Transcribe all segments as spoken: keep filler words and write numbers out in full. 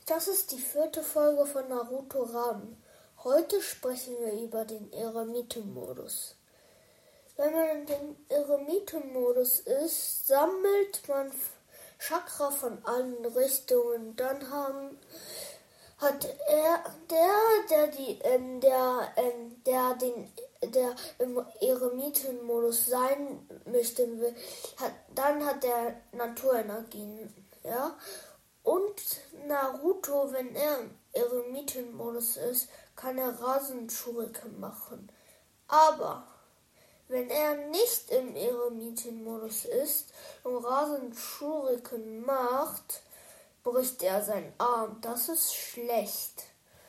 Das ist die vierte Folge von Naruto Ramen. Heute sprechen wir über den Eremiten-Modus. Wenn man in dem Eremiten-Modus ist, sammelt man Chakra von allen Richtungen. Dann haben, hat er, der, der, die, ähm, der, ähm, der, den, der im Eremiten-Modus sein möchte, will, hat, dann hat er Naturenergien, ja. Und Naruto, wenn er im Eremiten-Modus ist, kann er Rasen-Shuriken machen. Aber wenn er nicht im Eremiten-Modus ist und Rasen-Shuriken macht, bricht er seinen Arm. Das ist schlecht.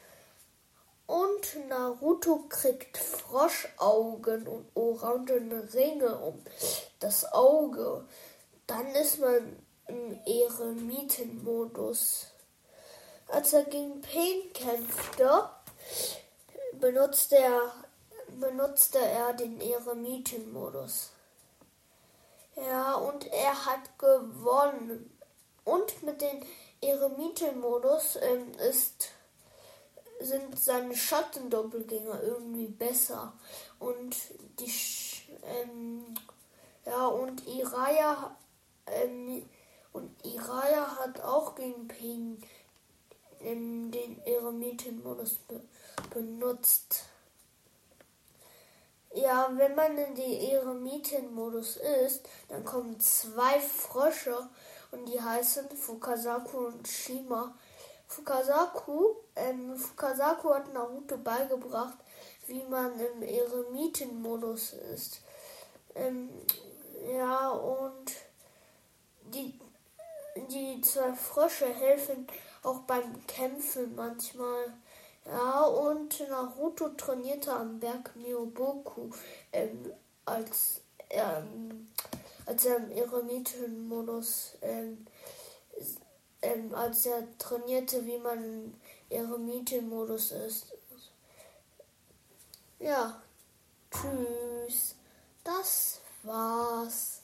Und Naruto kriegt Froschaugen und orangene Ringe um das Auge. Dann ist man im Eremiten-Modus. Als er gegen Pain kämpfte, benutzte er, benutzte er den Eremiten-Modus. Ja, und er hat gewonnen. Und mit dem Eremiten-Modus ähm, ist, sind seine Schattendoppelgänger irgendwie besser. Und die ähm, ja, und Iraya ähm, Und Iraya hat auch gegen Pain in den Eremiten-Modus be- benutzt. Ja, wenn man in den Eremiten-Modus ist, dann kommen zwei Frösche und die heißen Fukasaku und Shima. Fukasaku, ähm, Fukasaku hat Naruto beigebracht, wie man im Eremiten-Modus ist. Ähm, ja, und Die, die zwei Frösche helfen auch beim Kämpfen manchmal. Ja, und Naruto trainierte am Berg Myoboku, ähm, als, ähm, als er im Eremiten-Modus, ähm, ähm, als er trainierte, wie man im Eremiten-Modus ist. Ja, tschüss. Das war's.